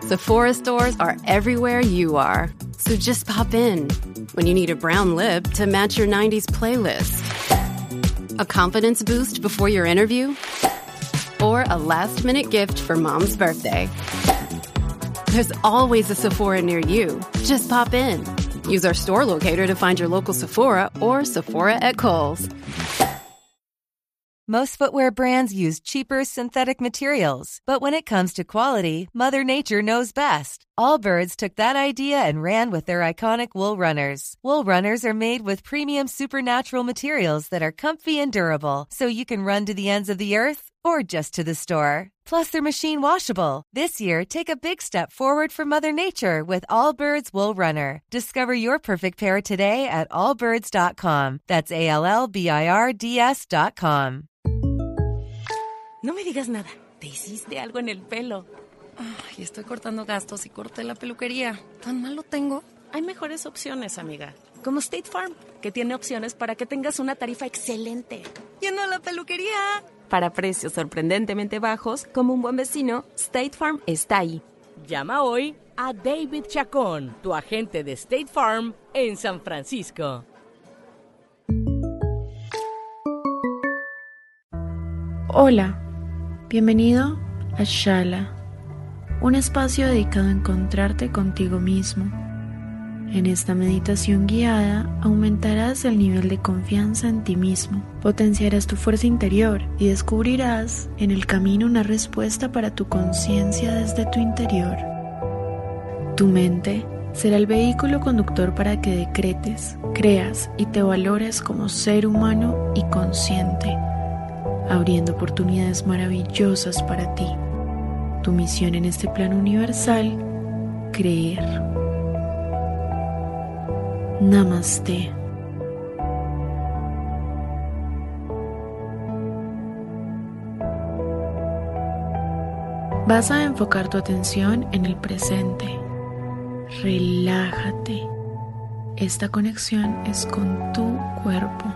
Sephora stores are everywhere you are. So just pop in. When you need a brown lip to match your 90s playlist. A confidence boost before your interview? Or a last-minute gift for mom's birthday. There's always a Sephora near you. Just pop in. Use our store locator to find your local Sephora or Sephora at Kohl's. Most footwear brands use cheaper synthetic materials. But when it comes to quality, Mother Nature knows best. Allbirds took that idea and ran with their iconic Wool Runners. Wool Runners are made with premium supernatural materials that are comfy and durable, so you can run to the ends of the earth or just to the store. Plus, they're machine washable. This year, take a big step forward for Mother Nature with Allbirds Wool Runner. Discover your perfect pair today at allbirds.com. That's ALLBIRDS.com. No me digas nada. Te hiciste algo en el pelo. Ay, estoy cortando gastos y corté la peluquería. ¿Tan mal lo tengo? Hay mejores opciones, amiga. Como State Farm, que tiene opciones para que tengas una tarifa excelente. ¡Lleno la peluquería! Para precios sorprendentemente bajos, como un buen vecino, State Farm está ahí. Llama hoy a David Chacón, tu agente de State Farm en San Francisco. Hola, bienvenido a Shala, un espacio dedicado a encontrarte contigo mismo. En esta meditación guiada aumentarás el nivel de confianza en ti mismo, potenciarás tu fuerza interior y descubrirás en el camino una respuesta para tu conciencia desde tu interior. Tu mente será el vehículo conductor para que decretes, creas y te valores como ser humano y consciente, abriendo oportunidades maravillosas para ti. Tu misión en este plano universal, creer. Namaste. Vas a enfocar tu atención en el presente. Relájate. Esta conexión es con tu cuerpo.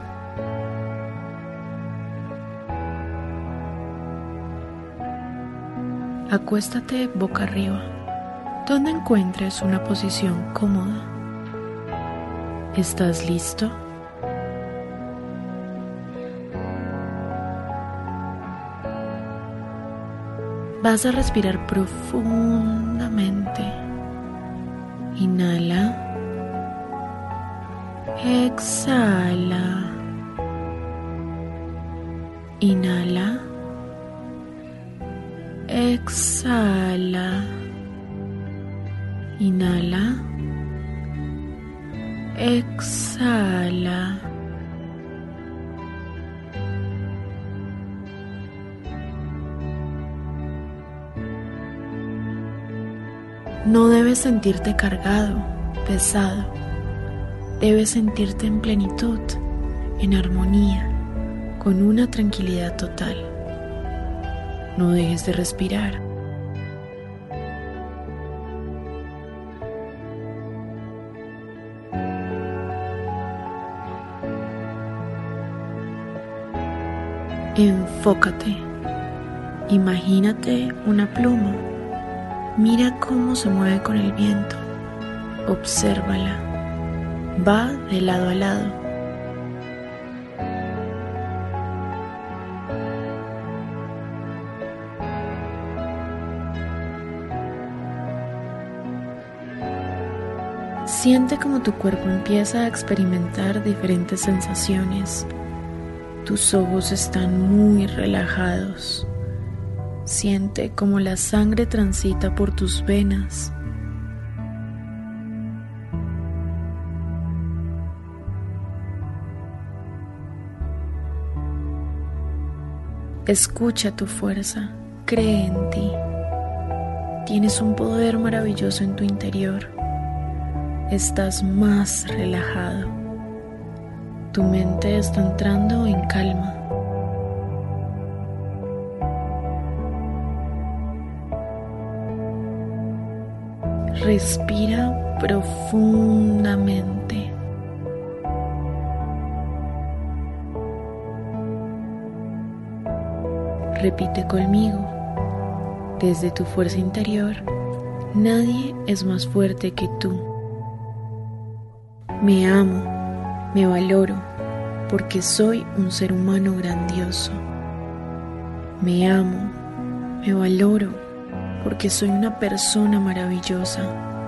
Acuéstate boca arriba, donde encuentres una posición cómoda. ¿Estás listo? Vas a respirar profundamente. Inhala. Exhala. Inhala. Exhala. Inhala. Exhala. No debes sentirte cargado, pesado. Debes sentirte en plenitud, en armonía, con una tranquilidad total. No dejes de respirar. Enfócate. Imagínate una pluma. Mira cómo se mueve con el viento. Obsérvala. Va de lado a lado. Siente como tu cuerpo empieza a experimentar diferentes sensaciones. Tus ojos están muy relajados. Siente como la sangre transita por tus venas. Escucha tu fuerza, cree en ti. Tienes un poder maravilloso en tu interior. Estás más relajado. Tu mente está entrando en calma. Respira profundamente. Repite conmigo, desde tu fuerza interior, Nadie es más fuerte que tú. Me amo, me valoro, porque soy un ser humano grandioso. Me amo, me valoro, porque soy una persona maravillosa.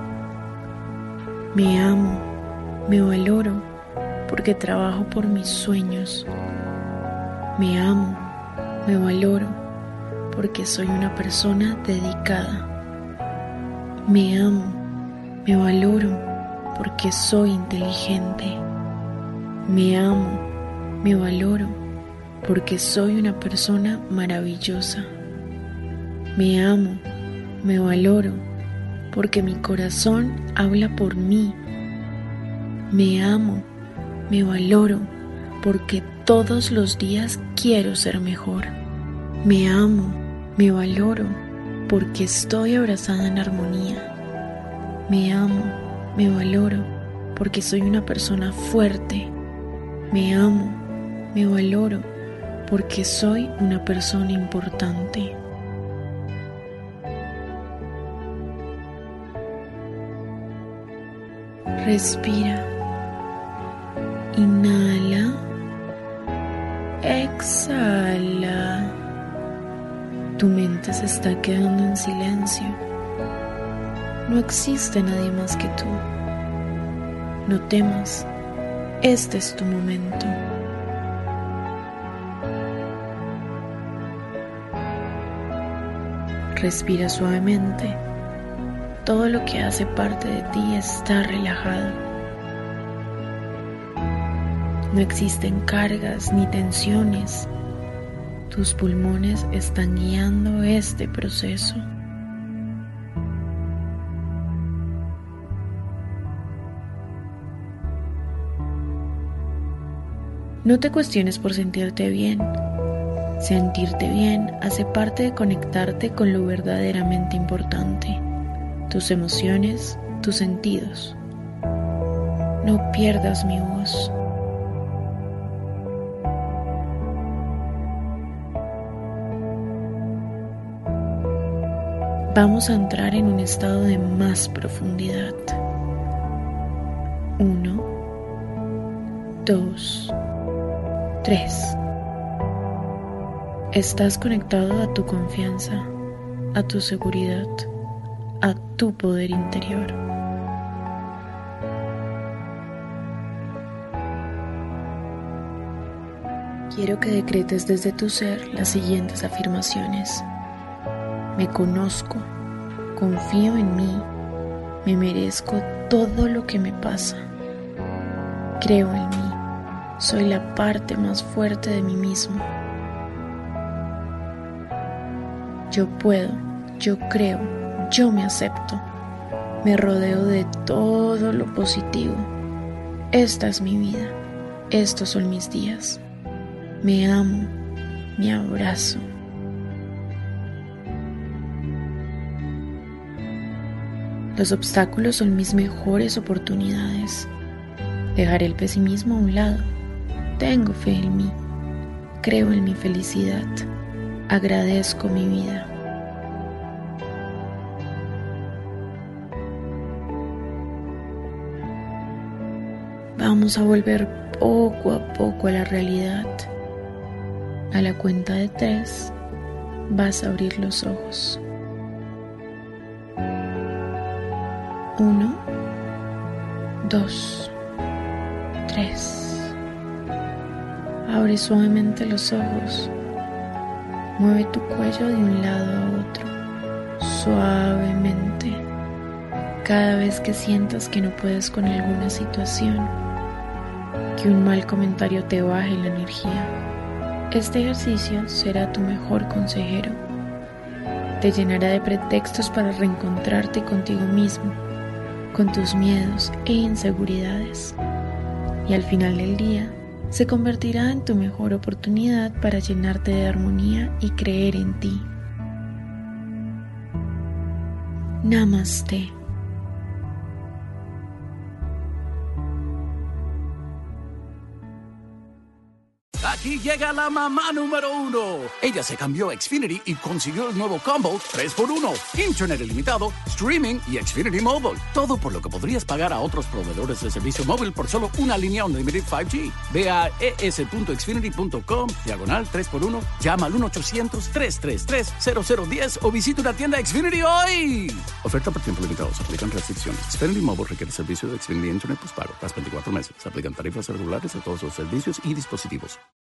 Me amo, me valoro, porque trabajo por mis sueños. Me amo, me valoro, porque soy una persona dedicada. Me amo, me valoro, porque soy inteligente. Me amo, me valoro, porque soy una persona maravillosa. Me amo, me valoro, porque mi corazón habla por mí. Me amo, me valoro, porque todos los días quiero ser mejor. Me amo, me valoro, porque estoy abrazada en armonía. Me amo, me valoro, porque soy una persona fuerte. Me amo, me valoro, porque soy una persona importante. Respira. Inhala. Exhala. Tu mente se está quedando en silencio. No existe nadie más que tú. No temas. Este es tu momento. Respira suavemente. Todo lo que hace parte de ti está relajado. No existen cargas ni tensiones. Tus pulmones están guiando este proceso. No te cuestiones por sentirte bien. Sentirte bien hace parte de conectarte con lo verdaderamente importante. Tus emociones, tus sentidos. No pierdas mi voz. Vamos a entrar en un estado de más profundidad. 1, 2, 3. Estás conectado a tu confianza, a tu seguridad, a tu poder interior. Quiero que decretes desde tu ser las siguientes afirmaciones. Me conozco, confío en mí, me merezco todo lo que me pasa. Creo en mí, soy la parte más fuerte de mí mismo. Yo puedo, yo creo, yo me acepto. Me rodeo de todo lo positivo. Esta es mi vida, estos son mis días. Me amo, me abrazo. Los obstáculos son mis mejores oportunidades. Dejaré el pesimismo a un lado. Tengo fe en mí. Creo en mi felicidad. Agradezco mi vida. Vamos a volver poco a poco a la realidad. A la cuenta de 3, vas a abrir los ojos. 1, 2, 3. Abre suavemente los ojos. Mueve tu cuello de un lado a otro, suavemente. Cada vez que sientas que no puedes con alguna situación, que un mal comentario te baje la energía, este ejercicio será tu mejor consejero. Te llenará de pretextos para reencontrarte contigo mismo, con tus miedos e inseguridades. Y al final del día, se convertirá en tu mejor oportunidad para llenarte de armonía y creer en ti. Namaste. Aquí llega la mamá número 1. Ella se cambió a Xfinity y consiguió el nuevo combo 3x1. Internet ilimitado, streaming y Xfinity Mobile. Todo por lo que podrías pagar a otros proveedores de servicio móvil por solo una línea Unlimited 5G. Ve a es.xfinity.com/3x1, llama al 1-800-333-0010 o visita una tienda Xfinity hoy. Oferta por tiempo limitado. Se aplican restricciones. Xfinity Mobile requiere servicio de Xfinity Internet postpago. Tras 24 meses. Se aplican tarifas regulares a todos los servicios y dispositivos.